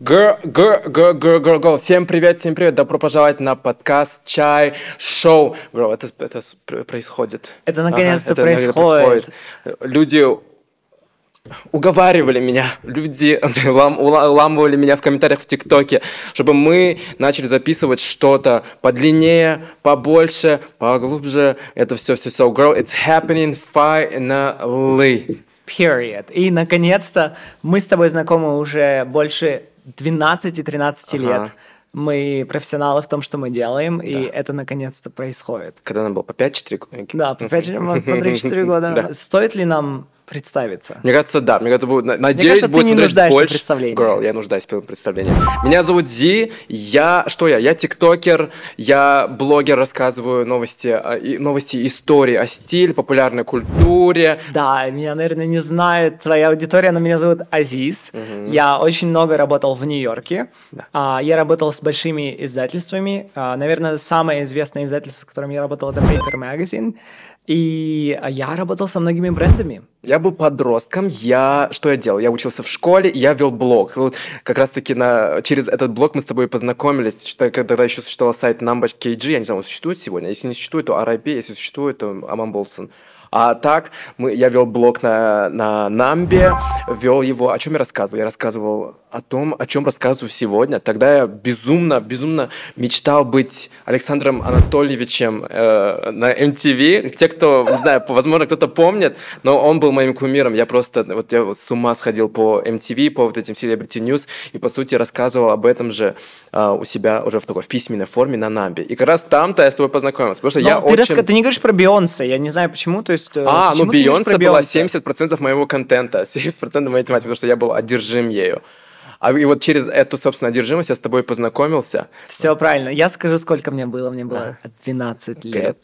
Girl. Всем привет. Добро пожаловать на подкаст Чай Шоу. Girl, это происходит. Это наконец-то происходит. Люди уговаривали меня, уламывали меня в комментариях в ТикТоке, чтобы мы начали записывать что-то подлиннее, побольше, поглубже. Это все. So, girl, it's happening finally. Period. И, наконец-то, мы с тобой знакомы уже больше 12-13 лет. Мы профессионалы в том, что мы делаем, и это наконец-то происходит. Когда нам было по 5-4 года. Да, по 3-4 года. Стоит ли нам представиться? Мне кажется, да. Мне кажется, надеюсь, будет смотреть больше. Girl, я нуждаюсь в представлении. Меня зовут Зи. Я тиктокер, я блогер, рассказываю новости, истории о стиле, популярной культуре. Да, меня, наверное, не знает твоя аудитория, но меня зовут Азиз. Я очень много работал в Нью-Йорке. Я работал с большими издательствами. Наверное, самое известное издательство, с которым я работал, это Paper Magazine. И я работал со многими брендами. Я был подростком, что я делал? Я учился в школе, и я вел блог. Вот как раз-таки через этот блог мы с тобой познакомились, когда еще существовал сайт Numbers.kg, я не знаю, он существует сегодня? Если не существует, то RIP, если существует, то Аман Болсон. А так, я вел блог на Намбе, вел его. О чем я рассказывал? Я рассказывал о том, о чем рассказываю сегодня. Тогда я безумно мечтал быть Александром Анатольевичем на MTV. Те, кто, не знаю, возможно, кто-то помнит, но он был моим кумиром. Я с ума сходил по MTV, по вот этим Celebrity News, и, по сути, рассказывал об этом же у себя уже в письменной форме на Намбе. И как раз там-то я с тобой познакомился. Потому что ты не говоришь про Бейонсе, я не знаю почему, то есть... Бейонсе была 70% моего контента, 70% моей тематики, потому что я был одержим ею. И вот через эту, собственно, одержимость я с тобой познакомился. Все правильно. Я скажу, сколько мне было. Мне было 12 лет.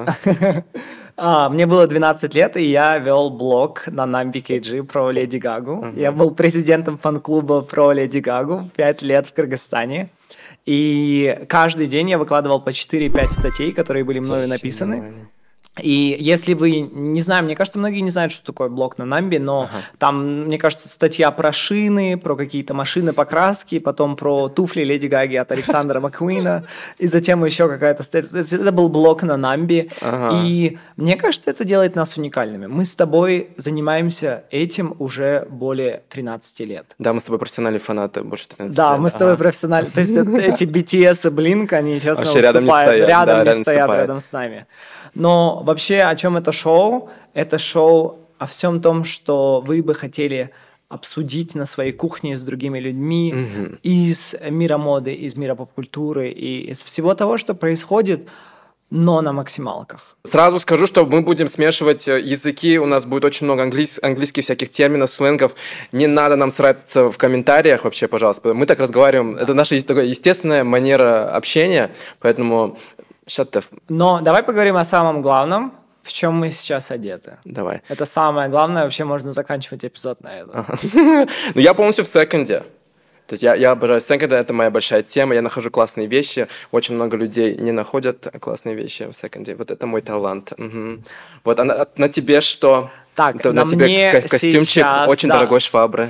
Мне было 12 лет, и я вел блог на Nambi.kg про Леди Гагу. Я был президентом фан-клуба про Леди Гагу 5 лет в Кыргызстане. И каждый день я выкладывал по 4-5 статей, которые были мною написаны. И если вы не знаете, мне кажется, многие не знают, что такое блог на Намби, но там, мне кажется, статья про шины, про какие-то машины, покраски, потом про туфли Леди Гаги от Александра Маккуина, и затем еще какая-то статья. Это был блог на Намби, и мне кажется, это делает нас уникальными. Мы с тобой занимаемся этим уже более 13 лет. Да, мы с тобой профессиональные фанаты больше 13 лет. Да, мы с тобой профессиональные. То есть эти BTS и Blink, они, честно, рядом не стоят рядом с нами. Но вообще, о чем это шоу? Это шоу о всем том, что вы бы хотели обсудить на своей кухне с другими людьми из мира моды, из мира поп-культуры и из всего того, что происходит, но на максималках. Сразу скажу, что мы будем смешивать языки, у нас будет очень много английских всяких терминов, сленгов. Не надо нам сраться в комментариях вообще, пожалуйста. Мы так разговариваем, это наша такая естественная манера общения, поэтому... Но давай поговорим о самом главном, в чем мы сейчас одеты. Давай. Это самое главное, вообще можно заканчивать эпизод на этом. Ну, я полностью в секонде. То есть я обожаю секонды, это моя большая тема, я нахожу классные вещи, очень много людей не находят классные вещи в секонде. Вот это мой талант. Вот, а на тебе что? Так, на тебе костюмчик сейчас, очень дорогой Швабры.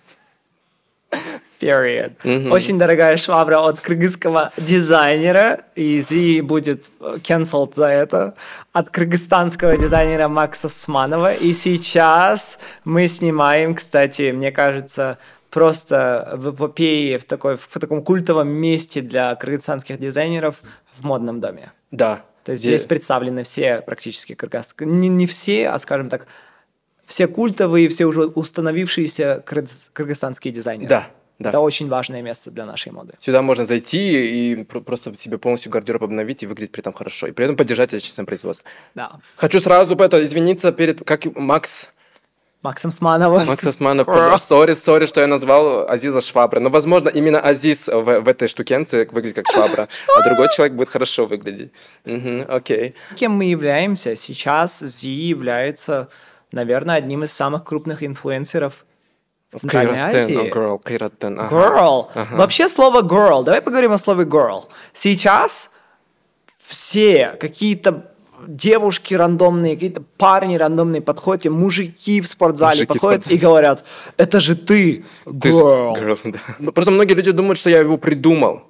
Period. Очень дорогая швабра от кыргызского дизайнера, и Зи будет cancelled за это, от кыргызстанского дизайнера Макса Сманова. И сейчас мы снимаем, кстати, мне кажется, просто в эпопее, в таком культовом месте для кыргызстанских дизайнеров в модном доме. Да. То есть здесь представлены все практически кыргызские, не все, а, скажем так, все культовые, все уже установившиеся кыргызстанские дизайнеры. Да. Да. Это очень важное место для нашей моды. Сюда можно зайти и просто себе полностью гардероб обновить и выглядеть при этом хорошо. И при этом поддержать отечественное производство. Да. Хочу сразу извиниться перед... Максом Смановым. Макс Сманов, сори, что я назвал Азиза Шваброй. Но, возможно, именно Азиз в этой штукенции выглядит как швабра, а другой человек будет хорошо выглядеть. Окей. Кем мы являемся? Сейчас Зи является, наверное, одним из самых крупных инфлюенсеров в Центральной Азии. Girl. Вообще слово girl. Давай поговорим о слове girl. Сейчас все какие-то девушки рандомные, какие-то парни рандомные подходят, и мужики в спортзале подходят и говорят, это же ты, girl. Да. Ну, просто многие люди думают, что я его придумал.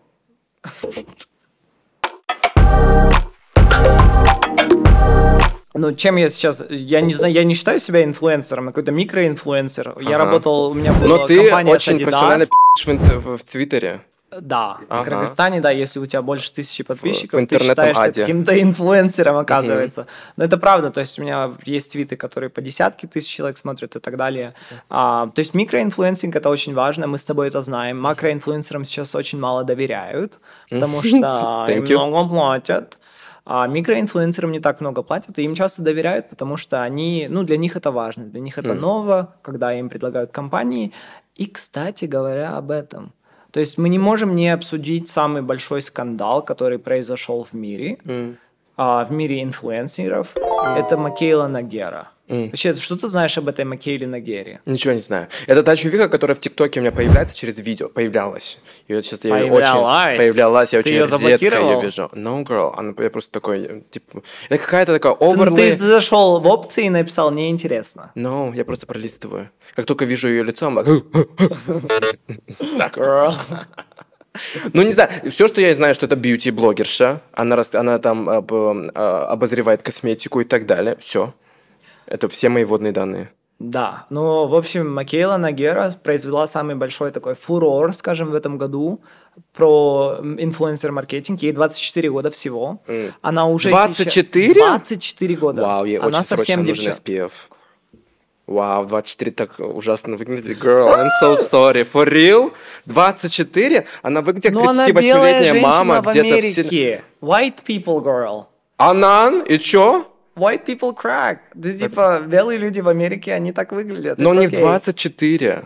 Ну, чем я сейчас... Я не знаю, я не считаю себя инфлюенсером, я какой-то микроинфлюенсер. Я работал, у меня была Но ты компания очень с Adidas. профессионально в Твиттере. Да, в Кыргызстане, да, если у тебя больше 1000 подписчиков, в ты считаешься Аде. каким-то инфлюенсером, оказывается. Но это правда, то есть у меня есть твиты, которые по десятки тысяч человек смотрят и так далее. То есть микроинфлюенсинг — это очень важно, мы с тобой это знаем. Макроинфлюенсерам сейчас очень мало доверяют, потому что им много платят. А микроинфлюенсерам не так много платят, и им часто доверяют, потому что они, ну, для них это важно, для них это ново, когда им предлагают компании. И, кстати говоря, об этом. То есть мы не можем не обсудить самый большой скандал, который произошел в мире инфлюенсеров. Это Макейла Нагера. Вообще, что ты знаешь об этой Макейле Нагере? Ничего не знаю. Это та чувиха, которая в ТикТоке у меня появляется через видео. Появлялась. И вот сейчас я появлялась. Я ты очень ее редко ее вижу. No, girl. Я просто такой, типа... Это какая-то такая оверлей. Ты зашел в опции и написал «неинтересно». No, я просто пролистываю. Как только вижу ее лицо, I'm like... Ну, не знаю, все, что я знаю, что это бьюти-блогерша, она там обозревает косметику и так далее, все. Это все мои вводные данные. Да, ну, в общем, Макейла Нагера произвела самый большой такой фурор, скажем, в этом году про инфлюенсер-маркетинг. Ей 24 года всего. Она уже 24? 24 года. Вау, ей очень срочно нужен SPF. Вау, 24 так ужасно выглядит. Girl, I'm so sorry. For real? 24? Она выглядит как 38-летняя мама где-то в Америке. White people girl. Анан? И чё? White people crack. Да, типа, белые люди в Америке, они так выглядят. Но у них 24.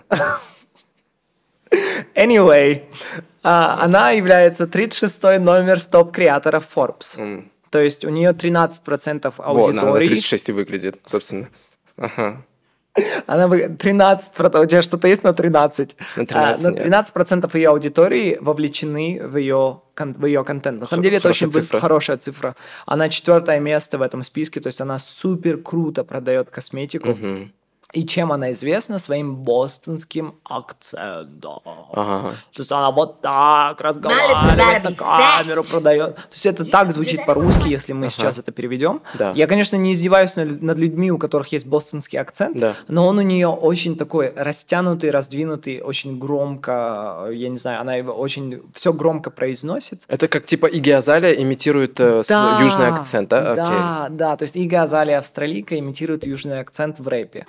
Anyway, она является 36-й номер в топ-креаторов Forbes. То есть у нее 13% аудитории. Вот, она на 36 и выглядит, собственно. Ага. Она 13%, у тебя что-то есть на 13? На 13 нет. 13% ее аудитории вовлечены в ее контент. На самом деле это очень хорошая цифра. Она 4-е место в этом списке, то есть она супер круто продает косметику. И чем она известна? Своим бостонским акцентом. То есть она вот так разговаривает, на камеру продает. То есть это так звучит по-русски, если мы сейчас это переведем. Да. Я, конечно, не издеваюсь над людьми, у которых есть бостонский акцент, но он у нее очень такой растянутый, раздвинутый, очень громко, я не знаю, она очень все громко произносит. Это как типа Игги Азалия имитирует южный акцент, да? Да, да, то есть Игги Азалия австралийка имитирует южный акцент в рэпе.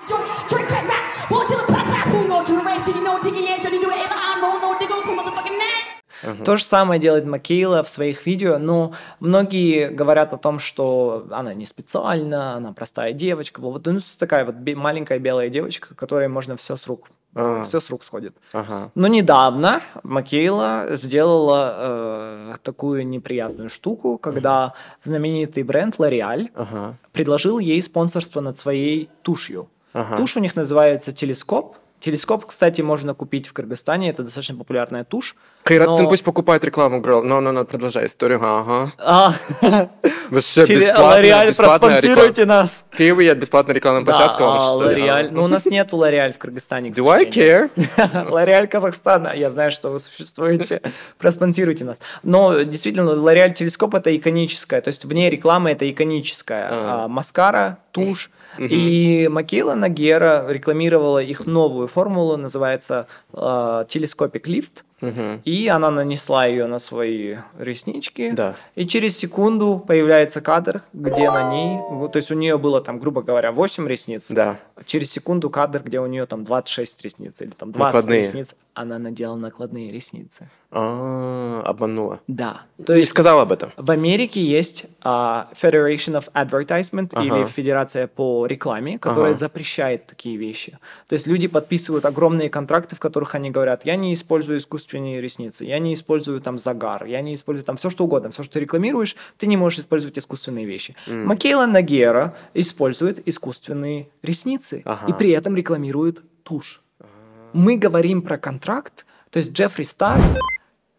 То же самое делает Макейла в своих видео, но многие говорят о том, что она не специально, она простая девочка. Вот такая вот маленькая белая девочка, которой можно все с рук сходит. Но недавно Макейла сделала такую неприятную штуку, когда знаменитый бренд L'Oréal предложил ей спонсорство над своей тушью. Тушь у них называется «Телескоп». Телескоп, кстати, можно купить в Кыргызстане, это достаточно популярная тушь. Хайраттын пусть покупает рекламу, girl. Но, продолжай историю. Вообще L'Oréal, проспонсируйте нас. Привет, бесплатная рекламная площадка. L'Oréal. Ну, у нас нету L'Oréal в Кыргызстане. Do I care? L'Oréal Казахстана. Я знаю, что вы существуете. Проспонсируйте нас. Но, действительно, L'Oréal Телескоп — это иконическая. То есть, вне рекламы это иконическая. Маскара, тушь. И Макейла Нагера рекламировала их новую формулу, называется Telescopic Lift. И она нанесла ее на свои реснички. Да. И через секунду появляется кадр, где на ней... То есть у нее было там, грубо говоря, 8 ресниц. Да. Через секунду кадр, где у нее там 26 ресниц или там 20 накладные ресниц. Она надела накладные ресницы. Обманула. Да. То есть сказала об этом. В Америке есть Federation of Advertisement или Федерация по рекламе, которая запрещает такие вещи. То есть люди подписывают огромные контракты, в которых они говорят: я не использую искусственные ресницы, я не использую там загар, я не использую там все что угодно, все, что ты рекламируешь, ты не можешь использовать искусственные вещи. Макейла Нагера использует искусственные ресницы и при этом рекламирует тушь. Мы говорим про контракт, то есть Джеффри Стар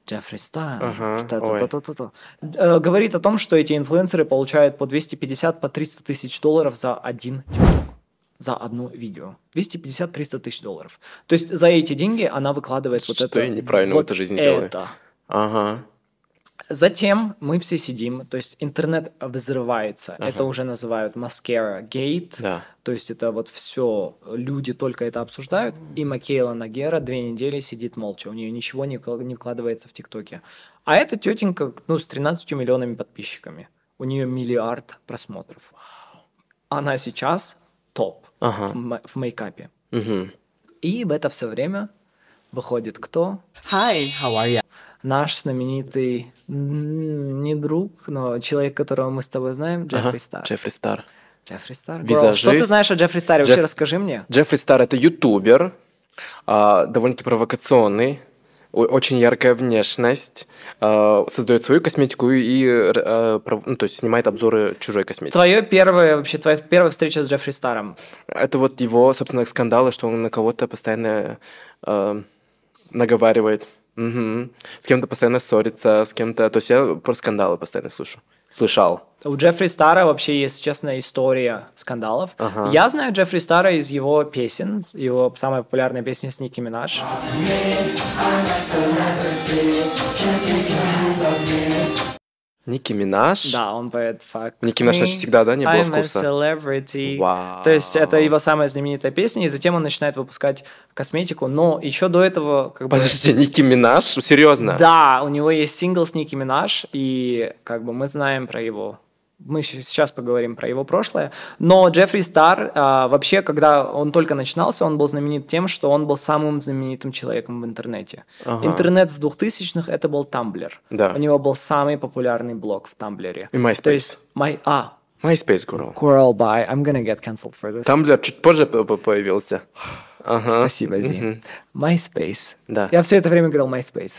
Джеффри Стар. Ага, Та-та-та-та-та. Говорит о том, что эти инфлюенсеры получают по 250, по 300 тысяч долларов за один TikTok. За одно видео. 250-300 тысяч долларов. То есть за эти деньги она выкладывает вот это. Что я неправильно в этой жизни делаю. Ага. Затем мы все сидим, то есть интернет взрывается. Это уже называют маскара гейт. Да. То есть это вот все, люди только это обсуждают. И Макейла Нагера 2 недели сидит молча. У нее ничего не вкладывается в ТикТоке. А эта тетенька, с 13 миллионами подписчиками. У нее 1 миллиард просмотров. Она сейчас топ в мейкапе. И в это все время выходит кто? Hi, how are you? Наш знаменитый, не друг, но человек, которого мы с тобой знаем, Джеффри Стар. Джеффри Стар. Джеффри Стар. Визажист. Что ты знаешь о Джеффри Старе? Вообще расскажи мне. Джеффри Стар – это ютубер, довольно-таки провокационный, очень яркая внешность, создает свою косметику и то есть снимает обзоры чужой косметики. Твоя первая встреча с Джеффри Старом? Это вот его, собственно, скандалы, что он на кого-то постоянно наговаривает. С кем-то постоянно ссорится, с кем-то... То есть я про скандалы постоянно слышал. У Джеффри Стара вообще есть, честная история скандалов. Я знаю Джеффри Стара из его песен. Его самая популярная песня с Ники Минаж. Ники Минаж? Да, он поет «Fuck Ники Минаж всегда, да, не было вкуса? I'm a celebrity. Вау. То есть это его самая знаменитая песня, и затем он начинает выпускать косметику, но еще до этого... Подожди, Ники Минаж? Серьезно? Да, у него есть сингл с Ники Минаж, и мы знаем про его... Мы сейчас поговорим про его прошлое. Но Джеффри Стар, вообще, когда он только начинался, он был знаменит тем, что он был самым знаменитым человеком в интернете. Интернет в 2000-х – это был Tumblr. Да. У него был самый популярный блог в Tumblr. И MySpace. То есть, MySpace, girl. Girl, bye. I'm gonna get cancelled for this. Tumblr чуть позже появился. Спасибо, Зи. MySpace. Да. Я все это время говорил MySpace.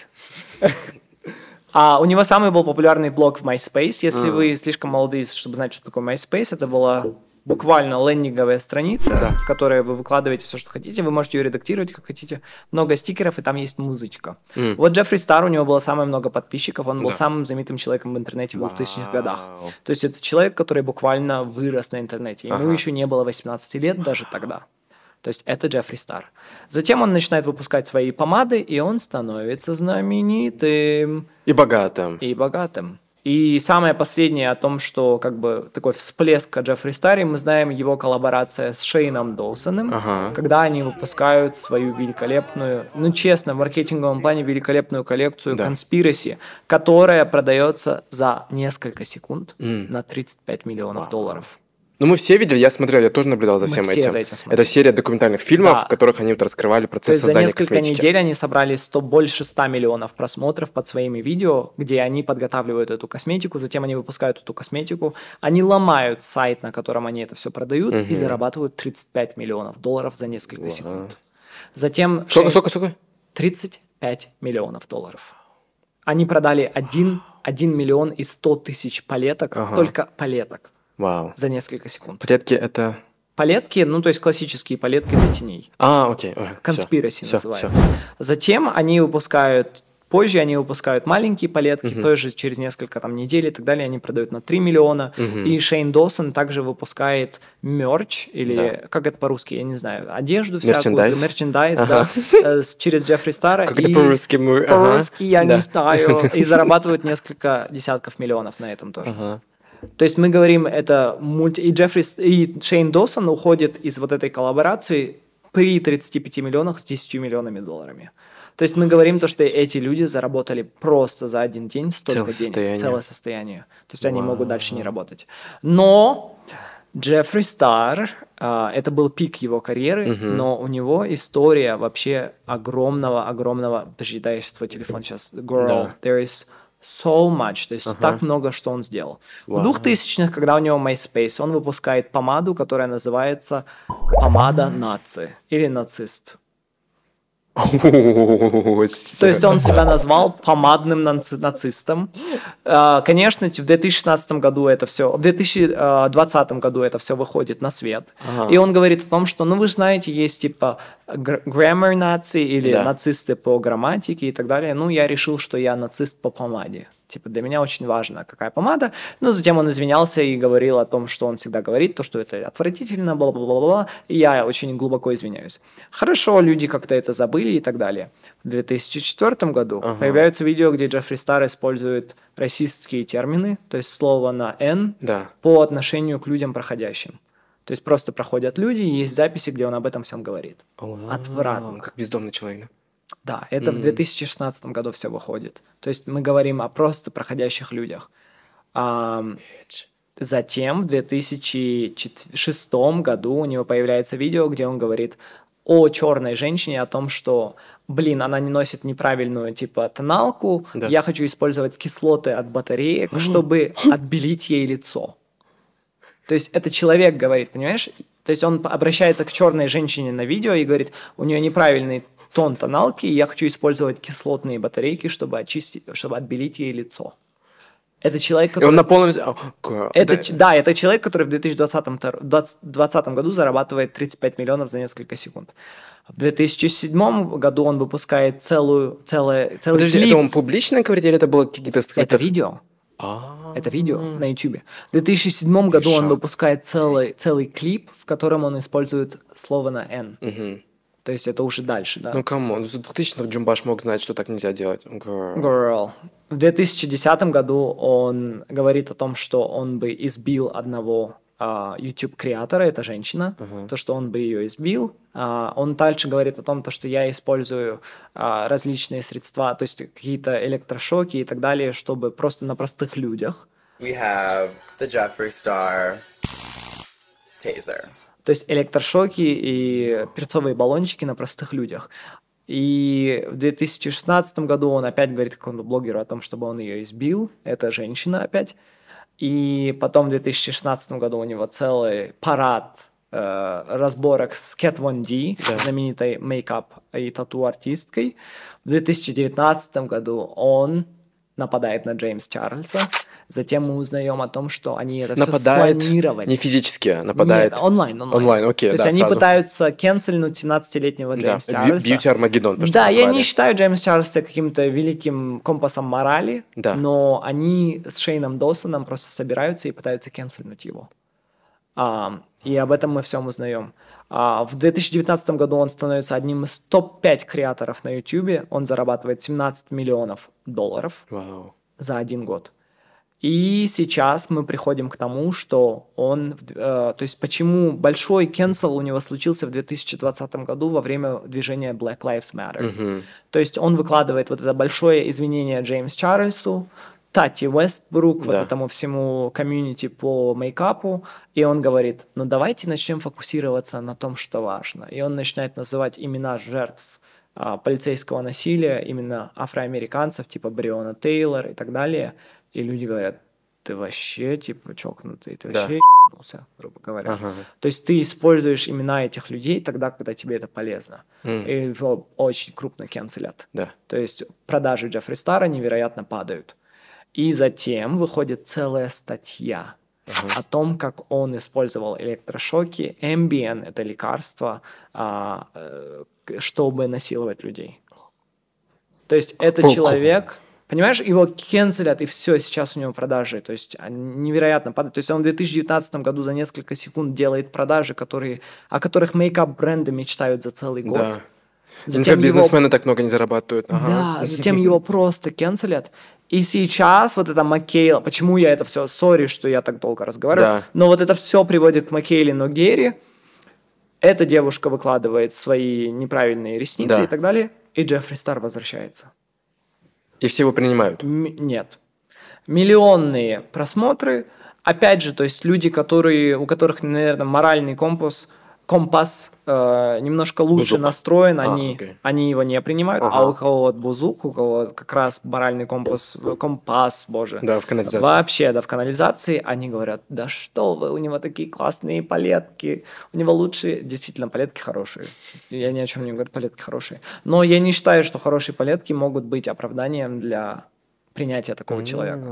У него самый был популярный блог в MySpace. Если вы слишком молодые, чтобы знать, что такое MySpace, это была буквально лендинговая страница, в которой вы выкладываете все, что хотите. Вы можете ее редактировать, как хотите. Много стикеров, и там есть музычка. Вот Джеффри Стар, у него было самое много подписчиков. Он был самым знаменитым человеком в интернете в 2000-х годах. То есть это человек, который буквально вырос на интернете. Ему еще не было 18 лет даже тогда. То есть это Джеффри Стар. Затем он начинает выпускать свои помады, и он становится знаменитым. И богатым. И самое последнее о том, что такой всплеск о Джеффри Старе, мы знаем его коллаборация с Шейном Доусоном, когда они выпускают свою великолепную, честно, в маркетинговом плане великолепную коллекцию Conspiracy, которая продается за несколько секунд на 35 миллионов долларов. Ну, мы все видели, я смотрел, я тоже наблюдал за всем этим. Это серия документальных фильмов, в которых они раскрывали процесс создания косметики. За несколько недель они собрали больше 100 миллионов просмотров под своими видео, где они подготавливают эту косметику, затем они выпускают эту косметику, они ломают сайт, на котором они это все продают, и зарабатывают 35 миллионов долларов за несколько секунд. Затем... Сколько? 35 миллионов долларов. Они продали 1 миллион и 100 тысяч палеток, только палеток. Вау. За несколько секунд. Палетки это... Палетки, то есть классические палетки для теней. Окей. Conspiracy называется. Затем позже они выпускают маленькие палетки, тоже через несколько недель и так далее, они продают на 3 миллиона. И Шейн Доусон также выпускает мерч, или как это по-русски, я не знаю, одежду всякую, мерчендайз, через Джеффри Стара. Как это по-русски? По-русски я не знаю. И зарабатывают несколько десятков миллионов на этом тоже. То есть мы говорим, это и Шейн Доусон уходит из вот этой коллаборации при 35 миллионах с 10 миллионами долларами. То есть мы говорим то, что эти люди заработали просто за один день столько денег, целое состояние. То есть они могут дальше не работать. Но Джеффри Стар, это был пик его карьеры, но у него история вообще огромного... Подожди, дай я твой телефон сейчас. Girl, there is... so much, то есть так много, что он сделал. В 2000-х, когда у него MySpace, он выпускает помаду, которая называется помада нации или нацист. То есть он себя назвал помадным нацистом. Конечно, в 2016 году это все, в 2020 году это все выходит на свет. И он говорит о том, что, ну вы же знаете, есть типа grammar нации или нацисты по грамматике и так далее. Ну я решил, что я нацист по помаде. Типа, для меня очень важно, какая помада. Но затем он извинялся и говорил о том, что он всегда говорит, то, что это отвратительно, бла-бла-бла-бла. И я очень глубоко извиняюсь. Хорошо, люди как-то это забыли и так далее. В 2004 году появляются видео, где Джеффри Стар использует расистские термины, то есть слово на «н» по отношению к людям проходящим. То есть просто проходят люди, и есть записи, где он об этом всем говорит. Отвратно. Как бездомный человек. Да, это в 2016 году все выходит. То есть мы говорим о просто проходящих людях. Затем в 2006 году у него появляется видео, где он говорит о черной женщине, о том, что, блин, она не носит неправильную типа тоналку, я хочу использовать кислоты от батареек, чтобы отбелить ей лицо. То есть это человек говорит, понимаешь? То есть он обращается к черной женщине на видео и говорит, у нее неправильный тон тоналки, и я хочу использовать кислотные батарейки, чтобы очистить, чтобы отбелить ей лицо. Это человек, который... И он на полном... это человек, который в 2020 году зарабатывает 35 миллионов за несколько секунд. В 2007 году он выпускает целый Подожди, клип. это он публично говорит, или это было какие-то... Это видео. Это видео на YouTube. В 2007 году он выпускает целый клип, в котором он использует слово на «н». То есть это уже дальше, да? Ну, камон, в 2000-х Джумбаш мог знать, что так нельзя делать. Girl. В 2010 году он говорит о том, что он бы избил одного YouTube-креатора, это женщина, то, что он бы ее избил. Он дальше говорит о том, что я использую различные средства, то есть какие-то электрошоки и так далее, чтобы просто на простых людях. We have the Jeffree Star taser. То есть электрошоки и перцовые баллончики на простых людях. И в 2016 году он опять говорит какому-то блогеру о том, чтобы он ее избил. Это женщина опять. И потом в 2016 году у него целый парад разборок с Kat Von D, знаменитой мейкап и тату-артисткой. В 2019 году он нападает на Джеймса Чарльза. Затем мы узнаем о том, что они это все спланировали. Не физически нападает. Нет, онлайн. Окей, то есть они пытаются кенсельнуть 17-летнего Джеймса Чарльза. Бьюти-армагеддон. Да, я не считаю Джеймса Чарльза каким-то великим компасом морали, но они с Шейном Доусоном просто собираются и пытаются кенсельнуть его. И об этом мы всем узнаем. В 2019 году он становится одним из топ-5 креаторов на YouTube. Он зарабатывает $17 миллионов за один год. И сейчас мы приходим к тому, что он... то есть почему большой cancel у него случился в 2020 году во время движения Black Lives Matter. То есть он выкладывает вот это большое извинение Джеймсу Чарльзу, Тати Уэстбрук, вот этому всему комьюнити по мейкапу, и он говорит, ну давайте начнем фокусироваться на том, что важно. И он начинает называть имена жертв полицейского насилия, именно афроамериканцев, типа Бриона Тейлор и так далее. И люди говорят, ты вообще, типа, чокнутый, ты вообще ебнулся, грубо говоря. То есть ты используешь имена этих людей тогда, когда тебе это полезно. И его очень крупно кенселят. То есть продажи Джеффри Стара невероятно падают. И затем выходит целая статья о том, как он использовал электрошоки. Ambien – это лекарство, чтобы насиловать людей. То есть это человек... Понимаешь, его кенселят, и все, сейчас у него продажи, то есть невероятно падают. То есть он в 2019 году за несколько секунд делает продажи, о которых мейкап-бренды мечтают за целый год. Да. Затем бизнесмены так много не зарабатывают. Да, затем его просто кенселят. И сейчас вот это Маккейла, почему я это все, сори, что я так долго разговариваю, но вот это все приводит к Маккейле Ногери. Эта девушка выкладывает свои неправильные ресницы и так далее, и Джеффри Стар возвращается. И все его принимают? Нет. Миллионные просмотры. Опять же, то есть люди, у которых, наверное, моральный компас Компас немножко лучше Бузук. настроен, окей. они его не принимают, а Ага. у кого вот бузук, у кого вот как раз баральный компас, боже. Да, в канализации. Вообще, да, в канализации они говорят, да что вы, у него такие классные палетки, у него лучшие, действительно, палетки хорошие. Я ни о чем не говорю, палетки хорошие. Но я не считаю, что хорошие палетки могут быть оправданием для принятия такого человека.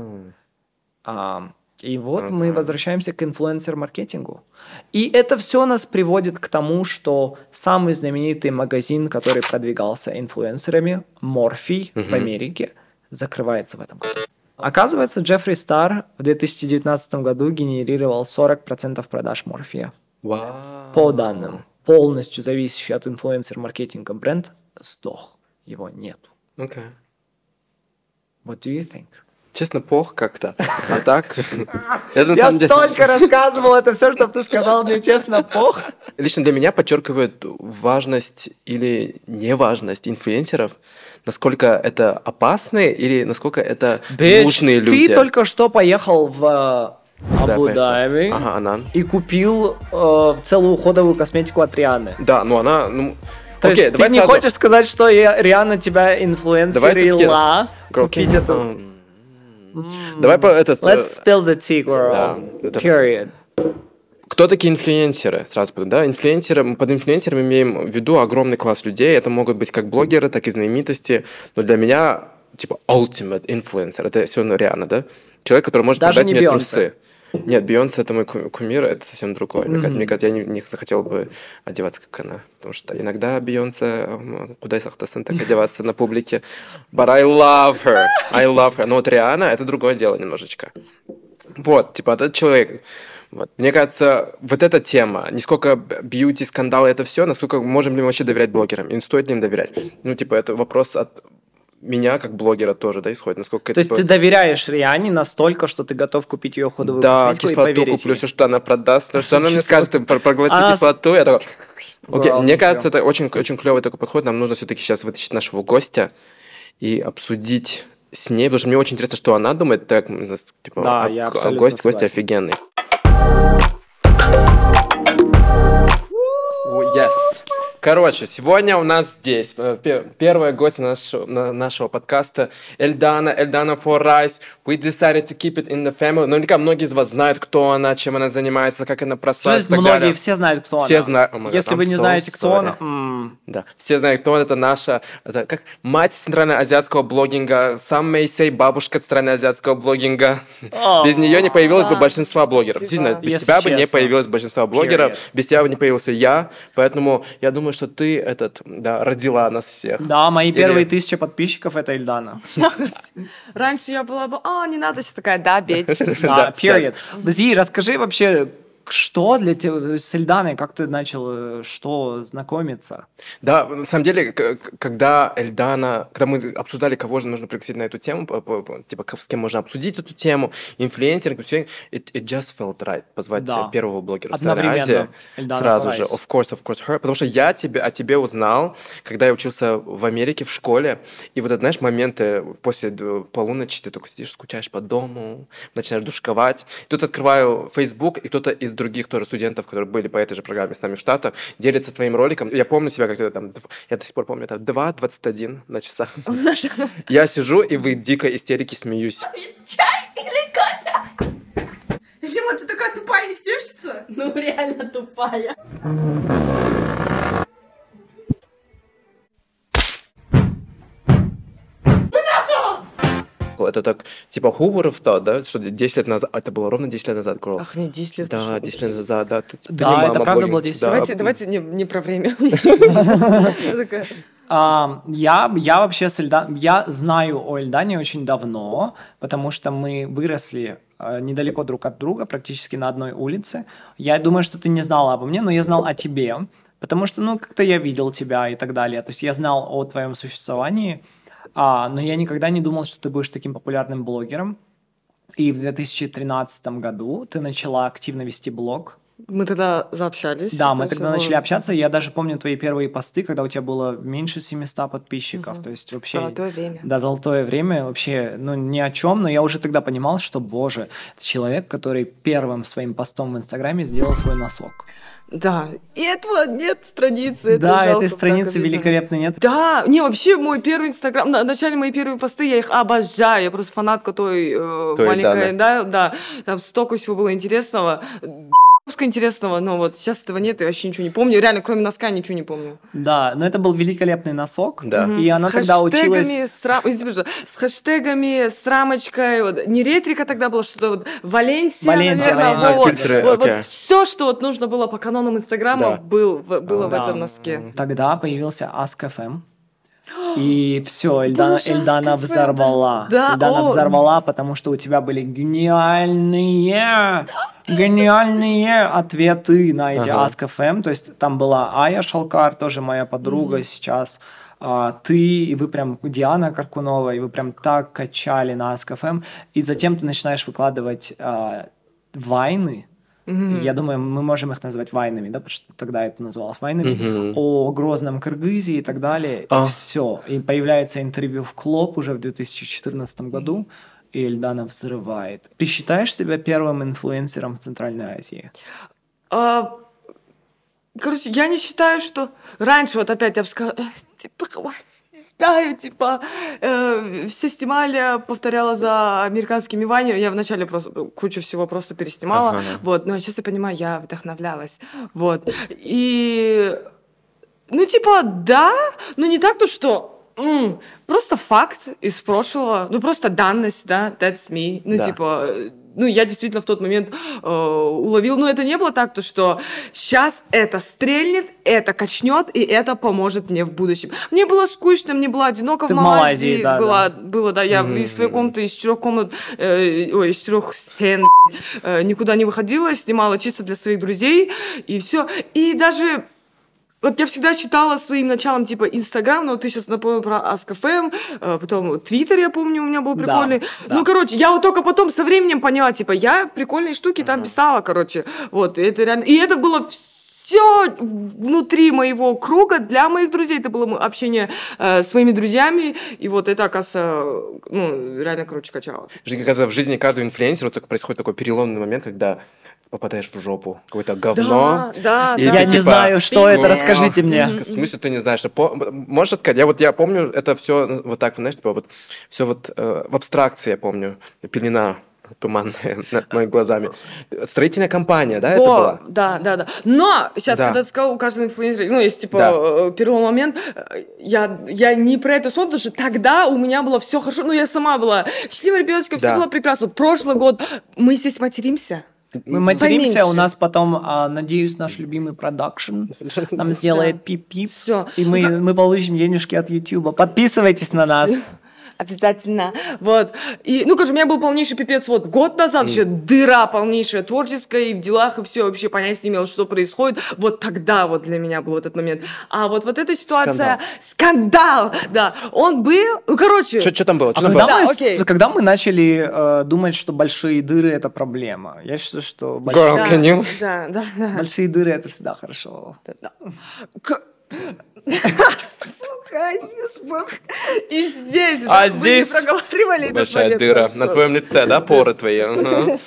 И вот мы возвращаемся к инфлюенсер-маркетингу. И это все нас приводит к тому, что самый знаменитый магазин, который продвигался инфлюенсерами, Морфий в Америке, закрывается в этом году. Оказывается, Джеффри Стар в 2019 году генерировал 40% продаж Морфия. Вау. По данным, полностью зависящий от инфлюенсер-маркетинга бренд сдох. Его нету. Окей. What do you think? Честно, плохо как-то. А так... Это на Я самом деле... столько рассказывал это все, что ты сказал мне честно, пох. Лично для меня подчеркивает важность или неважность инфлюенсеров, насколько это опасные или насколько это нужные люди. Ты только что поехал в Да, Абу-Даби Ага, Анан. и купил целую уходовую косметику от Рианы. Да, ну она... То Окей, есть ты давай не сразу- хочешь сказать, что Риана тебя инфлюенсерила Girl, купить can- эту... Давай по это... Let's spill the tea, girl. Да, это- Period. Кто такие инфлюенсеры? Сразу, да, инфлюенсеры, под инфлюенсерами имеем в виду огромный класс людей. Это могут быть как блогеры, так и знаменитости. Но для меня, типа, ultimate influencer, это все равно Риана, да? Человек, который может Даже продать не мне Бейонсе. трусы. Нет, Бейонсе это мой кумир, это совсем другое. Мне кажется, я не захотел бы одеваться, как она. Потому что иногда Бейонсе, куда так одеваться на публике. But I love her. Но вот Риана это другое дело немножечко. Вот, типа, этот человек. Вот. Мне кажется, вот эта тема, не сколько бьюти, скандалы, это все, насколько можем ли мы вообще доверять блогерам, и не стоит ли им доверять. Ну, типа, это вопрос от меня, как блогера, тоже, да, исходит. Насколько То есть ты доверяешь Риане настолько, что ты готов купить ее уходовую косметику и кислоту поверить куплю, ей? все, что она продаст, то, что она мне Кислоту. скажет, проглоти Она- кислоту, я такой... Окей, Girl, мне me кажется, too. это очень, очень клевый такой подход. Нам нужно все-таки сейчас вытащить нашего гостя и обсудить с ней, потому что мне очень интересно, что она думает. Так, у нас, типа, Да, я абсолютно гость согласен. офигенный. Yes. Короче, сегодня у нас здесь первая гостья нашего подкаста Эльдана for Rice. We decided to keep it in the family. Наверняка многие из вас знают, кто она, чем она занимается, как она То прославилась есть и так многие, далее. все знают, кто Все она. знают. Oh my God, Если I'm вы не so знаете, кто sorry. она... Да, все знают, кто она. Это наша, это как мать центральноазиатского блогинга. Some may say бабушка центральноазиатского блогинга. Без нее не появилось бы большинства блогеров. Действительно, без Если тебя бы не честно. появилось большинства блогеров, Period. без тебя бы не появился я. Поэтому я думаю, что ты родила нас всех. Да, мои Или- первые 1000 подписчиков — это Эльдана. Раньше я была бы, не надо, сейчас такая, да, бич. Да, Да, period. Зи, расскажи вообще, что для тебя с Эльданой, как ты начал, что знакомиться? Да, на самом деле, когда мы обсуждали, кого же нужно пригласить на эту тему, типа, с кем можно обсудить эту тему, инфлюенсеринг, it just felt right позвать Да. первого блогера в Средней Одновременно. Азии. Эльдана Сразу Форайс. же, of course her. Потому что я о тебе узнал, когда я учился в Америке в школе, и вот это, знаешь, моменты после полуночи, ты только сидишь, скучаешь по дому, начинаешь душковать. И тут открываю Facebook, и кто-то из других тоже студентов, которые были по этой же программе с нами в Штатах, делится твоим роликом. Я помню себя, как это там, я до сих пор помню, это 2:21 на часах. Я сижу, и вы дико истерики смеюсь. Чай или кофе? Дима, ты такая тупая нефтевщица? Ну, реально тупая. Это так, типа, Хуваров, да, что 10 лет назад, это было ровно 10 лет назад, girl. Ах, не 10 лет. Да, прошло. 10 лет назад, да. Ты Да, не это мама правда блогинга. было 10 Да. лет. Давайте не про время. Я такая, Я вообще я знаю о Эльдане очень давно, потому что мы выросли недалеко друг от друга, практически на одной улице. Я думаю, что ты не знала обо мне, но я знал о тебе, потому что, как-то я видел тебя и так далее. То есть я знал о твоем существовании, но я никогда не думал, что ты будешь таким популярным блогером. И в 2013 году ты начала активно вести блог. Мы тогда заобщались. Да, мы Конечно, тогда начали общаться. Я даже помню твои первые посты, когда у тебя было меньше 700 подписчиков. То есть вообще... Золотое время. Да, золотое время. Вообще, ну, ни о чем. Но я уже тогда понимал, что, боже, это человек, который первым своим постом в Инстаграме сделал свой носок. Да, и этого нет страницы. Это Да, жалко, этой страницы так обидно. великолепной нет. Да, не, вообще мой первый Инстаграм, в начале мои первые посты, я их обожаю, я просто фанатка той маленькой, да, там столько всего было интересного, интересного, но вот сейчас этого нет, я вообще ничего не помню, реально, кроме носка, ничего не помню. Да, но это был великолепный носок, Да. и она тогда училась... С хэштегами, с рамочкой, вот, не ретрика тогда была, что-то вот Валенсия, Валенсия, наверное, Валенсия. вот, Фильтры, вот, окей. все, что вот нужно было по канонам Инстаграма, Да. было в Да. этом носке. Тогда появился Ask.fm. И все, Эльдана Боже, Эльдана Ask.fm, взорвала. да. Эльдана О. взорвала, потому что у тебя были гениальные ответы на эти Ага. Ask.fm. То есть там была Ая Шалкар, тоже моя подруга сейчас. Ты, и вы прям, Диана Каркунова, и вы прям так качали на Ask.fm. И затем ты начинаешь выкладывать вайны. Я думаю, мы можем их назвать вайнами, да, потому что тогда это называлось вайнами, о Грозном Кыргызии и так далее. И все. И появляется интервью в Клоп уже в 2014 году, и Эльдана взрывает. Ты считаешь себя первым инфлюенсером в Центральной Азии? Короче, я не считаю, что... Раньше вот опять я бы сказала, типа, хватаю, типа, все снимали, повторяла за американскими вайнерами. Я вначале просто кучу всего просто переснимала, Ага. вот. Но сейчас я понимаю, я вдохновлялась, вот. И... Ну, типа, да, но не так то, что... просто факт из прошлого, ну, просто данность, да, that's me. Ну, Да. типа... Ну, я действительно в тот момент уловил, но это не было так, то что сейчас это стрельнет, это качнет, и это поможет мне в будущем. Мне было скучно, мне было одиноко Ты в в Малайзии, Малайзии. да, Было, да, я из своей комнаты, из 4 комнат, из 4 стен никуда не выходила, снимала чисто для своих друзей, и все. И даже... Вот я всегда считала своим началом, типа, Инстаграм, но вот ты сейчас напомнил про Ask.fm, потом Твиттер, я помню, у меня был прикольный. да. Ну, короче, я вот только потом со временем поняла, типа, я прикольные штуки там писала, короче. Вот, и это реально... И это было все внутри моего круга для моих друзей. Это было общение с моими друзьями, и вот это, оказывается, ну, реально, короче, качало. Оказывается, в жизни каждого инфлюенсера вот так происходит такой переломный момент, когда попадаешь в жопу, какое-то говно. Да, и да. ты Я не типа, знаю, что это, «О, расскажите мне». В смысле, ты не знаешь? Можешь сказать? Я помню это все вот так, знаешь, типа вот все вот в абстракции, я помню, пелена туманная над моими глазами. Строительная компания, да, это была? Да. Но сейчас, Да. когда ты сказал, у каждого инфлюенсера, ну, есть, типа, Да. переломный момент, я не про это смотрю, потому что тогда у меня было все хорошо, ну, я сама была счастливая ребеночка, все Да. было прекрасно. Прошлый год мы здесь материмся. Мы материмся, Поменьше. у нас потом, надеюсь, наш любимый продакшн нам сделает пип-пип, Всё. и мы получим денежки от Ютуба. Подписывайтесь на нас. Обязательно. Вот. И, ну, короче, у меня был полнейший пипец. Вот год назад вообще дыра полнейшая, творческая, и в делах, и все, вообще понять не имел, что происходит. Вот тогда вот для меня был этот момент. А вот эта ситуация... Скандал! Да. Он был... Ну, короче... Что там было? А Что там было? Да, окей. когда мы начали думать, что большие дыры – это проблема? Я считаю, что Girl, Да, can you? да. большие дыры – это всегда хорошо. Сука, и здесь, А да, вы здесь не проговаривали этот Большая момент, дыра хорошо. на твоем лице, да, поры твои? Ага.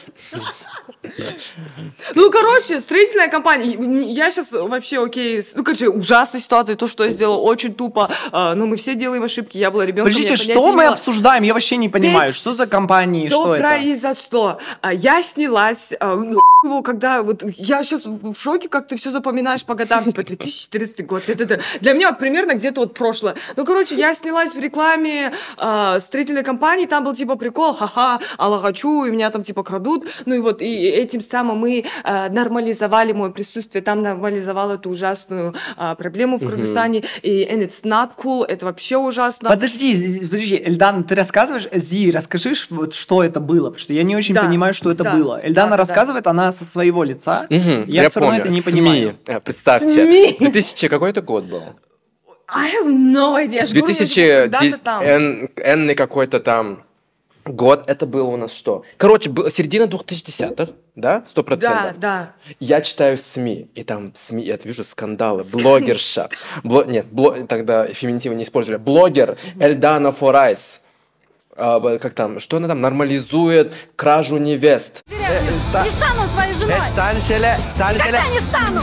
Ну, короче, строительная компания. Я сейчас вообще окей. Ну, короче, ужасная ситуация. То, что я сделала, очень тупо. Но мы все делаем ошибки. Я была ребенком. Подождите, что мы обсуждаем? Я вообще не понимаю, что за компании, что это? Произошло? Я снялась, его, когда вот я сейчас в шоке, как ты все запоминаешь по годам, типа 2014 год. Для меня вот примерно где-то вот прошлое. Ну, короче, я снялась в рекламе строительной компании, там был типа прикол, ха-ха, аллахачу, и меня там типа крадут. Ну и вот, и этим самым мы нормализовали мое присутствие, там нормализовало эту ужасную проблему в Кыргызстане. И and it's not cool, это вообще ужасно. Подожди, Эльдана, ты рассказываешь? Зи, расскажешь, вот что это было? Потому что я не очень Да, понимаю, что это да, было. Эльдана да. рассказывает, она со своего лица. Я все равно помню. это не СМИ. понимаю. Представьте. СМИ. 2000 какой это год был? I have no idea. Я же говорю, я типа когда-то там. 2010 энный какой-то там Год это было у нас что? Короче, середина 2010-х, да? 100%. Да. Я читаю СМИ, и там СМИ, я вижу скандалы. Блогерша. Тогда феминитивы не использовали. Блогер Эльдана Форайс. Как там, что она там нормализует кражу невест. Не стану твоей женой! Никогда не стану!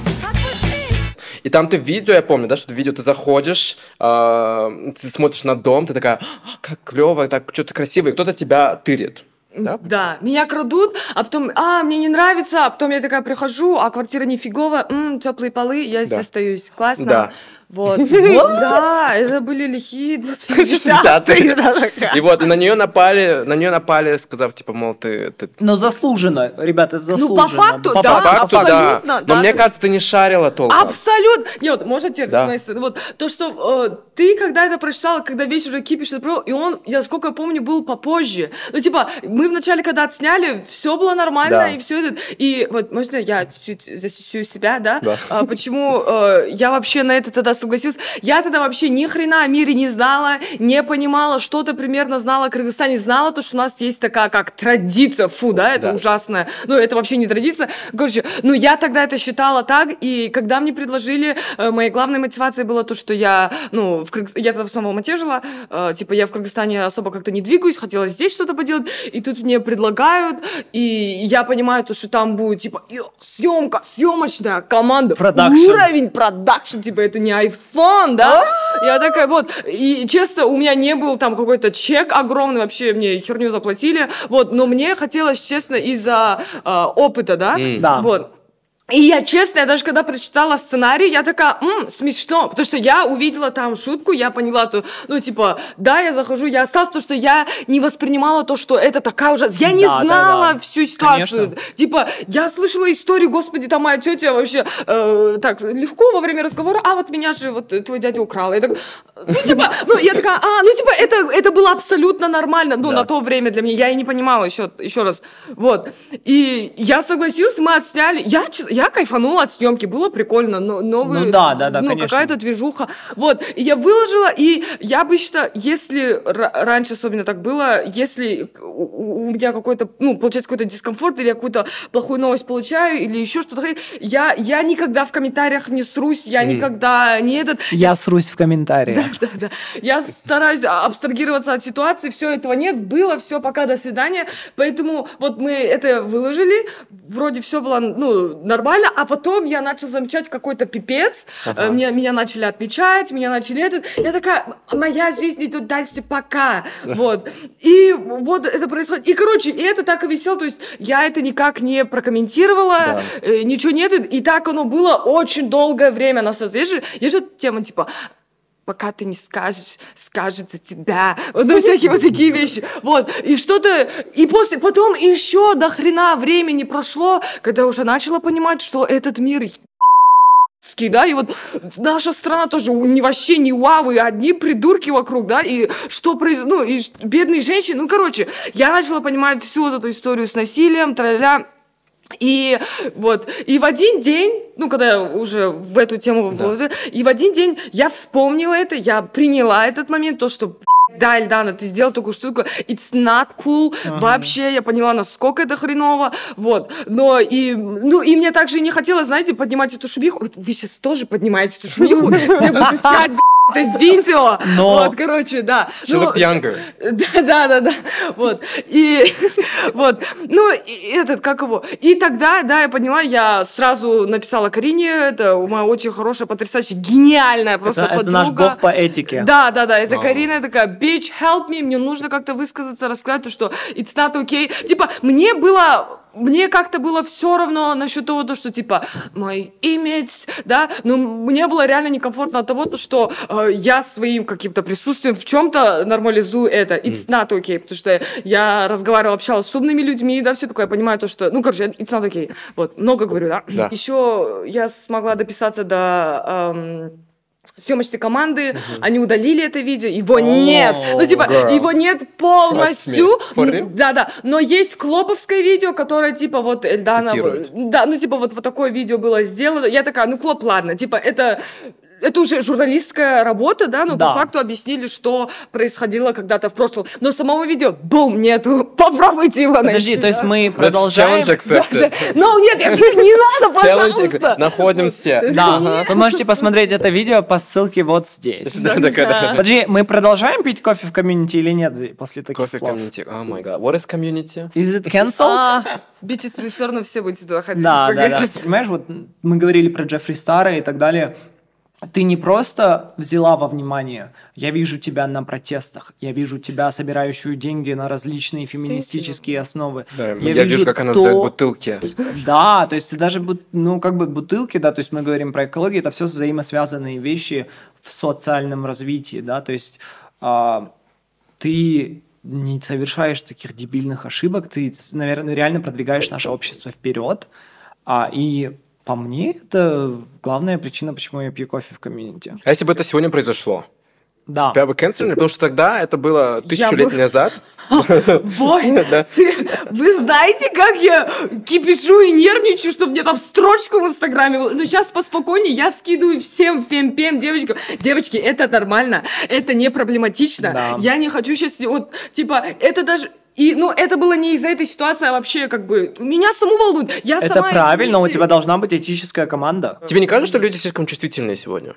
И там ты в видео, я помню, да, что в видео ты заходишь, ты смотришь на дом, ты такая, как клево, так что-то красивое, и кто-то тебя тырит. Да? Да, меня крадут, а потом, мне не нравится, а потом я такая прихожу, а квартира нифиговая, теплые полы, я здесь остаюсь, классно. Да. Вот. Да, это были лихие 2010-е. И вот, и на нее напали, сказав, типа, мол, ты... Но заслуженно, ребята, это заслуженно. по факту, По да, факту, абсолютно, да. да. Но мне кажется, ты не шарила толком. Абсолютно. Нет, можно теперь Да. с моей стороны. Вот то, что ты когда это прочитала, когда весь уже кипиш отправил, и он, я сколько помню, был попозже. Ну, типа, мы вначале, когда отсняли, все было нормально, Да. и все это. И вот, можно я чуть-чуть засечу себя, да? Да. Почему я вообще на это тогда согласилась? Я тогда вообще ни хрена о мире не знала, не понимала, что-то примерно знала о Кыргызстане, знала то, что у нас есть такая, как традиция, фу, да, это Да. ужасная. Ну, это вообще не традиция. Короче, ну, я тогда это считала так, и когда мне предложили, моей главной мотивацией было то, что я, ну, я тогда в основном в Алмате жила, типа, я в Кыргызстане особо как-то не двигаюсь, хотела здесь что-то поделать, и тут мне предлагают, и я понимаю то, что там будет, типа, съемка, съемочная команда, Продакшн. уровень продакшн, типа, это не iPhone, да? Я такая, вот, и честно, у меня не был там какой-то чек огромный, вообще мне херню заплатили, вот, но мне хотелось, честно, из-за опыта, да? Да. Вот. И я, честно, я даже когда прочитала сценарий, я такая, смешно, потому что я увидела там шутку, я поняла, то, ну, типа, да, я захожу, я осталась, потому что я не воспринимала то, что это такая ужасная, я не Да, знала да. всю ситуацию, Конечно. типа, я слышала историю, господи, там моя тетя вообще, так, легко во время разговора, вот меня же вот твой дядя украл, я так, ну, типа, ну, я такая, ну, типа, это было абсолютно нормально, ну, Да. на то время для меня, я и не понимала еще раз, вот, и я согласилась, мы отсняли, я кайфанула от съемки, было прикольно, но новый, Ну да, ну, конечно. какая-то движуха, вот, и я выложила, и я бы считала, если раньше особенно так было, если у меня какой-то, ну, получается какой-то дискомфорт, или я какую-то плохую новость получаю, или еще что-то, я никогда в комментариях не срусь, я никогда не этот... Я срусь в комментариях. Да. Я стараюсь абстрагироваться от ситуации, все этого нет, было, все, пока, до свидания. Поэтому вот мы это выложили, вроде все было, ну, нормально, а потом я начала замечать какой-то пипец, меня начали отмечать, меня начали это. Я такая, моя жизнь идет дальше пока. Вот. И вот это происходит. И, короче, и это так и висело, то есть я это никак не прокомментировала, ничего нет, и так оно было очень долгое время. Есть же тема, типа, пока ты не скажешь, скажет за тебя. Вот, ну, всякие вот такие вещи. Вот. И что-то... И потом еще до хрена времени прошло, когда я уже начала понимать, что этот мир... Да, и вот наша страна тоже вообще не вау, и одни придурки вокруг, да, и что происходит, ну, и бедные женщины, ну, короче, я начала понимать всю эту историю с насилием, тра-ля-ля. И вот, и в один день, ну, когда я уже в эту тему вложила, и в один день я вспомнила это, я приняла этот момент, то, что, да, Эльдана, ты сделал такую штуку, it's not cool, вообще, я поняла, насколько это хреново, вот, но, и мне также не хотелось, знаете, поднимать эту шумиху, вот вы сейчас тоже поднимаете эту шумиху, все будут искать, это видео, вот, короче, да. She looked younger. Да, вот, и вот, ну, и этот, как его, и тогда, да, я поняла, я сразу написала Карине, это моя очень хорошая, потрясающая, гениальная просто подруга. Это наш бог по этике. Да, это Карина такая, bitch, help me, мне нужно как-то высказаться, рассказать, то, что it's not okay. Типа, мне как-то было все равно насчет того, что, типа, мой имидж, да, но мне было реально некомфортно от того, что я своим каким-то присутствием в чем-то нормализую это. It's not okay, потому что я разговаривала, общалась с умными людьми, да, все такое, я понимаю то, что, ну, короче, it's not okay. Вот, много говорю, да. Еще я смогла дописаться до... съемочной команды, они удалили это видео, его нет, ну, типа, его нет полностью, да, но есть клоповское видео, которое, типа, вот, Эльдана, да, ну, типа, вот такое видео было сделано, я такая, ну, Клоп, ладно, типа, это это уже журналистская работа, да, но Да. по факту объяснили, что происходило когда-то в прошлом. Но самого видео, бум, нету. Попробуйте его найти. Подожди, то есть да. мы That's продолжаем... challenge accepted. Ну, нет, я же не надо, Челленджик. пожалуйста. Находим все. Да, вы можете посмотреть это видео по ссылке вот здесь. Да. Подожди, мы продолжаем пить кофе в комьюнити или нет после таких Кофе слов? комьюнити. О май гад. What is community? Is it cancelled? Битись, все равно все будете туда ходить. Да. Понимаешь, вот мы говорили про Джеффри Стара и так далее. Ты не просто взяла во внимание, я вижу тебя на протестах, я вижу тебя, собирающую деньги на различные феминистические основы. Да, я вижу, как она сдает бутылки. Да, то есть даже, бутылки, да, то есть мы говорим про экологию, это все взаимосвязанные вещи в социальном развитии, да, то есть ты не совершаешь таких дебильных ошибок, ты, наверное, реально продвигаешь наше общество вперед, и по мне, это главная причина, почему я пью кофе в комьюнити. А если бы это сегодня произошло? Да. Тебя бы канцелили? Потому что тогда это было 1000 лет назад. Бой, вы знаете, как я кипишу и нервничаю, чтобы мне там строчку в Инстаграме... Ну, сейчас поспокойнее, я скидываю всем фемпем девочкам. Девочки, это нормально, это не проблематично. Да. Я не хочу сейчас... Вот, типа, это даже... это было не из-за этой ситуации, а вообще, как бы, меня саму волнует. Я Это сама, правильно, у извините, тебя должна быть этическая команда. Тебе не кажется, что люди слишком чувствительные сегодня?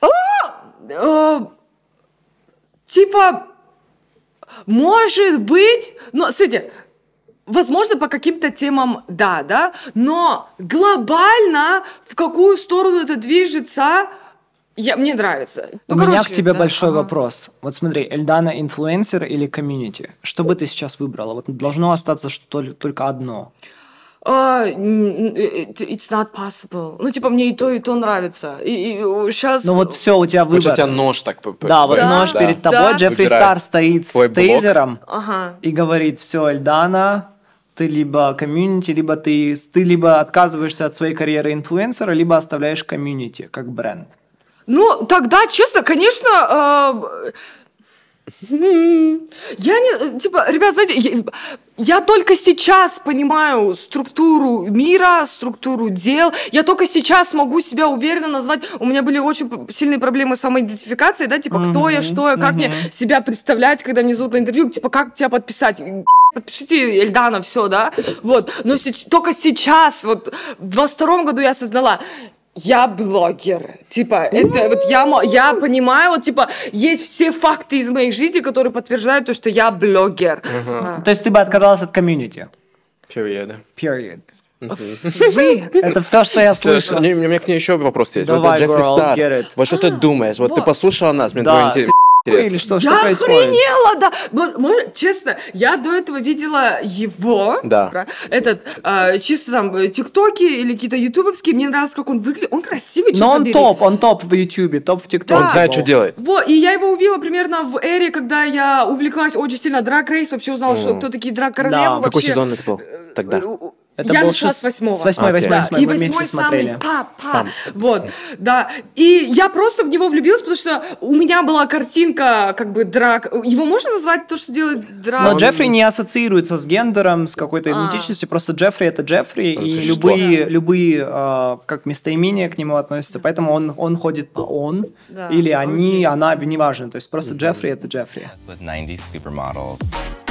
Типа, может быть, но, смотрите, возможно, по каким-то темам да, но глобально в какую сторону это движется, мне нравится. У меня к тебе большой вопрос. Вот смотри, Эльдана инфлюенсер или комьюнити? Что бы ты сейчас выбрала? Вот должно остаться только одно. It's not possible. Ну, типа, мне и то нравится. И сейчас... Ну вот все, у тебя Вот сейчас выбор. у тебя нож так... Да, вот нож перед тобой, Джеффри Выбирай Стар стоит с твой блок. тейзером Ага. и говорит: все, Эльдана, ты либо комьюнити, либо ты либо отказываешься от своей карьеры инфлюенсера, либо оставляешь комьюнити как бренд. Ну, тогда, честно, конечно... Я не... Типа, ребят, знаете, я только сейчас понимаю структуру мира, структуру дел. Я только сейчас могу себя уверенно назвать. У меня были очень сильные проблемы с самоидентификацией, да, типа, кто я, что я, как мне себя представлять, когда мне зовут на интервью, типа, как тебя подписать. Подпишите Эльдана, все, да, вот. Но только сейчас, вот, в 22-м году я осознала, я блогер. Типа, это вот я понимаю, вот, типа, есть все факты из моей жизни, которые подтверждают то, что я блогер. То есть ты бы отказалась от комьюнити? Period. Period. Вы. Это все, что я слышал. У меня к ней еще вопрос есть. Давай, Вот Джеффри girl, Стар. get it. Вот что ты думаешь? Вот ты вот. послушала нас, мне Да, твой ты интерес. или что Я происходит? охренела, да. Честно, я до этого видела его, Да. этот, чисто там тиктоки или какие-то ютубовские, мне нравилось, как он выглядит, он красивый, Но чёрт он побери. топ в Ютубе, топ в ТикТоке. Он знает, что делает. Вот, и я его увидела примерно в эре, когда я увлеклась очень сильно Drag Race, вообще узнала, что кто такие драг-королевы Да. вообще. Какой сезон это был тогда? Это я был начала с 8-го. С 8-й, Окей. 8-й, И мы вместе 8-й смотрели. самый вот, да. И я просто в него влюбилась, потому что у меня была картинка, как бы, драг. Его можно назвать то, что делает драг? Но Джеффри не ассоциируется с гендером, с какой-то идентичностью, просто Джеффри — это Джеффри, Он и существо. любые как местоимения к нему относятся, поэтому он ходит по он, Да, или они, окей. она, неважно, то есть просто Джеффри — это Джеффри. with 90s supermodels.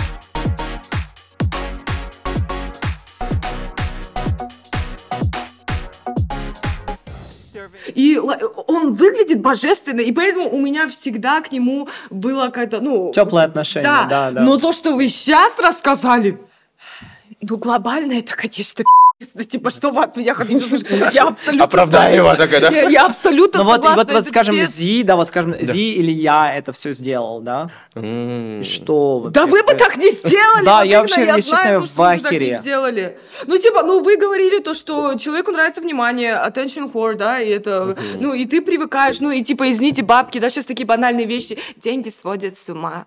И он выглядит божественно, и поэтому у меня всегда к нему было какое-то, ну... Тёплое отношение, да. Но то, что вы сейчас рассказали, ну, глобально это, конечно, ну, типа, что вы от меня хотите услышать? Я абсолютно Оправдай его такая, да? Я абсолютно Ну вот, согласна. вот это скажем, пипец. Зи или я это все сделал, да? И что вообще? Да вы бы так не сделали! Да, вот я именно, вообще, я если честно, знаю, в что вы так не ахере. сделали. Ну, типа, вы говорили то, что человеку нравится внимание, attention whore, да, и это, ну, и ты привыкаешь, ну, и типа, извините, бабки, да, сейчас такие банальные вещи, деньги сводят с ума.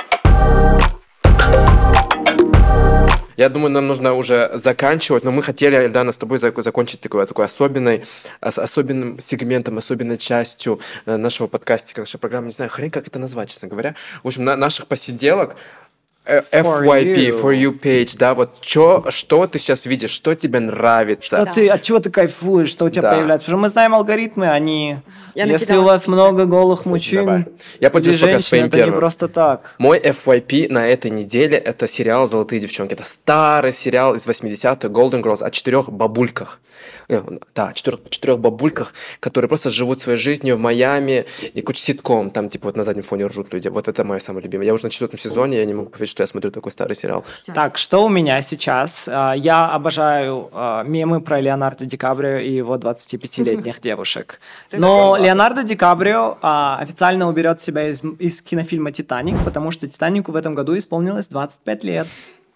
Я думаю, нам нужно уже заканчивать, но мы хотели, Эльдана, с тобой закончить такой особенным сегментом, особенной частью нашего подкастика, нашей программы. Не знаю, хрен как это назвать, честно говоря. В общем, наших посиделок. FYP, For You page, да, вот что ты сейчас видишь, что тебе нравится. От чего ты кайфуешь, что у тебя Да. появляется. Потому что мы знаем алгоритмы, они... Я Если накидала у вас себе. много голых мужчин, Давай. Я поделюсь или пока женщин, своим это не первым. просто так. Мой FYP на этой неделе — это сериал «Золотые девчонки». Это старый сериал из 80-х, Golden Girls, о 4 бабульках. Да, 4 бабульках, которые просто живут своей жизнью в Майами, и куча ситком, там типа вот на заднем фоне ржут люди. Вот это мое самое любимое. Я уже на 4-м сезоне, я не могу поверить, что я смотрю такой старый сериал. Так, что у меня сейчас? Я обожаю мемы про Леонардо Ди Каприо и его 25-летних девушек. Но Леонардо Ди Каприо официально уберет себя из кинофильма «Титаник», потому что «Титанику» в этом году исполнилось 25 лет.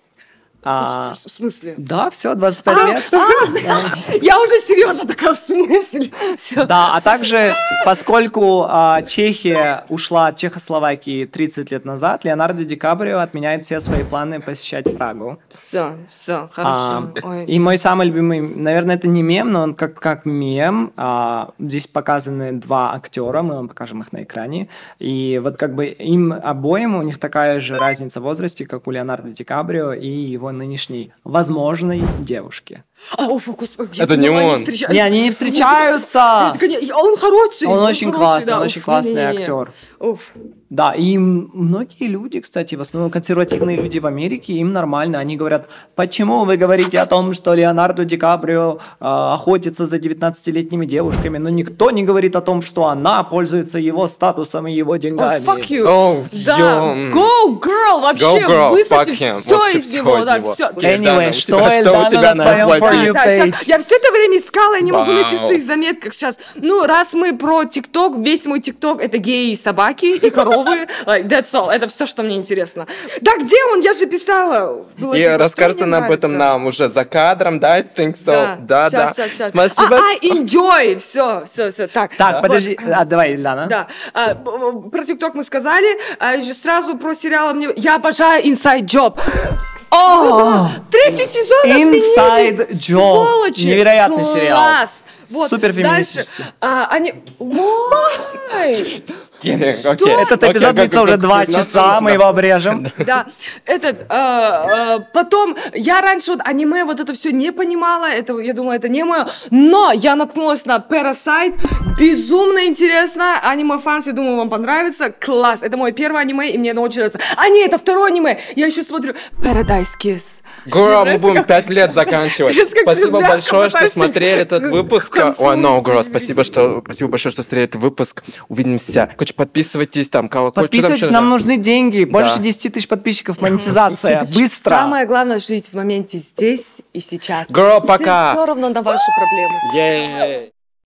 В смысле? Да, все, 25 лет. Я уже серьезно такая, в смысле? Все. Да, а также, поскольку Чехия ушла от Чехословакии 30 лет назад, Леонардо Ди Каприо отменяет все свои планы посещать Прагу. Все, хорошо. Ой. И мой самый любимый, наверное, это не мем, но он как мем. Здесь показаны два актера, мы вам покажем их на экране. И вот как бы им обоим, у них такая же разница в возрасте, как у Леонардо Ди Каприо и его нынешней возможной девушки. Господи, Это не он. Не, они не встречаются! Он хороший. Он очень хороший, классный, да. он очень классный актер. Уф. Да, и многие люди, кстати, в основном консервативные люди в Америке, им нормально. Они говорят, почему вы говорите о том, что Леонардо Ди Каприо охотится за 19-летними девушками, но никто не говорит о том, что она пользуется его статусом и его деньгами. Fuck you. Да. Go, girl, вообще, Go, girl, высоси fuck him. все Вообще из всё него. из Да, него. все. Anyway, что у Эльдана тебя на на твоем FYP? For You Да, page? щас. Я все это время искала, я не могу найти в Вау. своих заметках сейчас. Ну, раз мы про ТикТок, весь мой ТикТок — это геи и собаки, и коровы. Like, that's all. Это все, что мне интересно. Да где он? Я же писала. Было И типа, что расскажет мне она об этом нравится. нам уже за кадром, да, I think so. Да. Щас. Спасибо. Enjoy. Все. Так, Так, подожди, давай, Эльдана. Да. Про ТикТок мы сказали. Еще сразу про сериалы мне... Я обожаю Inside Job. О, третий сезон Inside отменили. Job. Сволочи. Невероятный сериал. Класс. Вот, Супер феминистический. дальше. Они... Ой! Окей. Этот эпизод длится уже 2 часа, мы его обрежем. Да, потом, я раньше вот аниме вот это все не понимала, это, я думала, это не мое, но я наткнулась на Parasite, безумно интересно, аниме-фанс, я думаю, вам понравится, класс, это мое первое аниме, и мне оно очень нравится. А нет, это второе аниме, я еще смотрю Paradise Kiss. Girl, мы будем 5 лет заканчивать. Детская Спасибо пизда, большое, что пытаюсь смотрели этот выпуск. к концу Ой, no, girl, спасибо большое, что смотрели этот выпуск. Увидимся. Короче, подписывайтесь там. Подписывайтесь, нам нужны деньги. Больше 10 тысяч подписчиков, монетизация. Быстро. Самое главное — жить в моменте здесь и сейчас. Girl, пока. Все равно на ваши проблемы. Yay.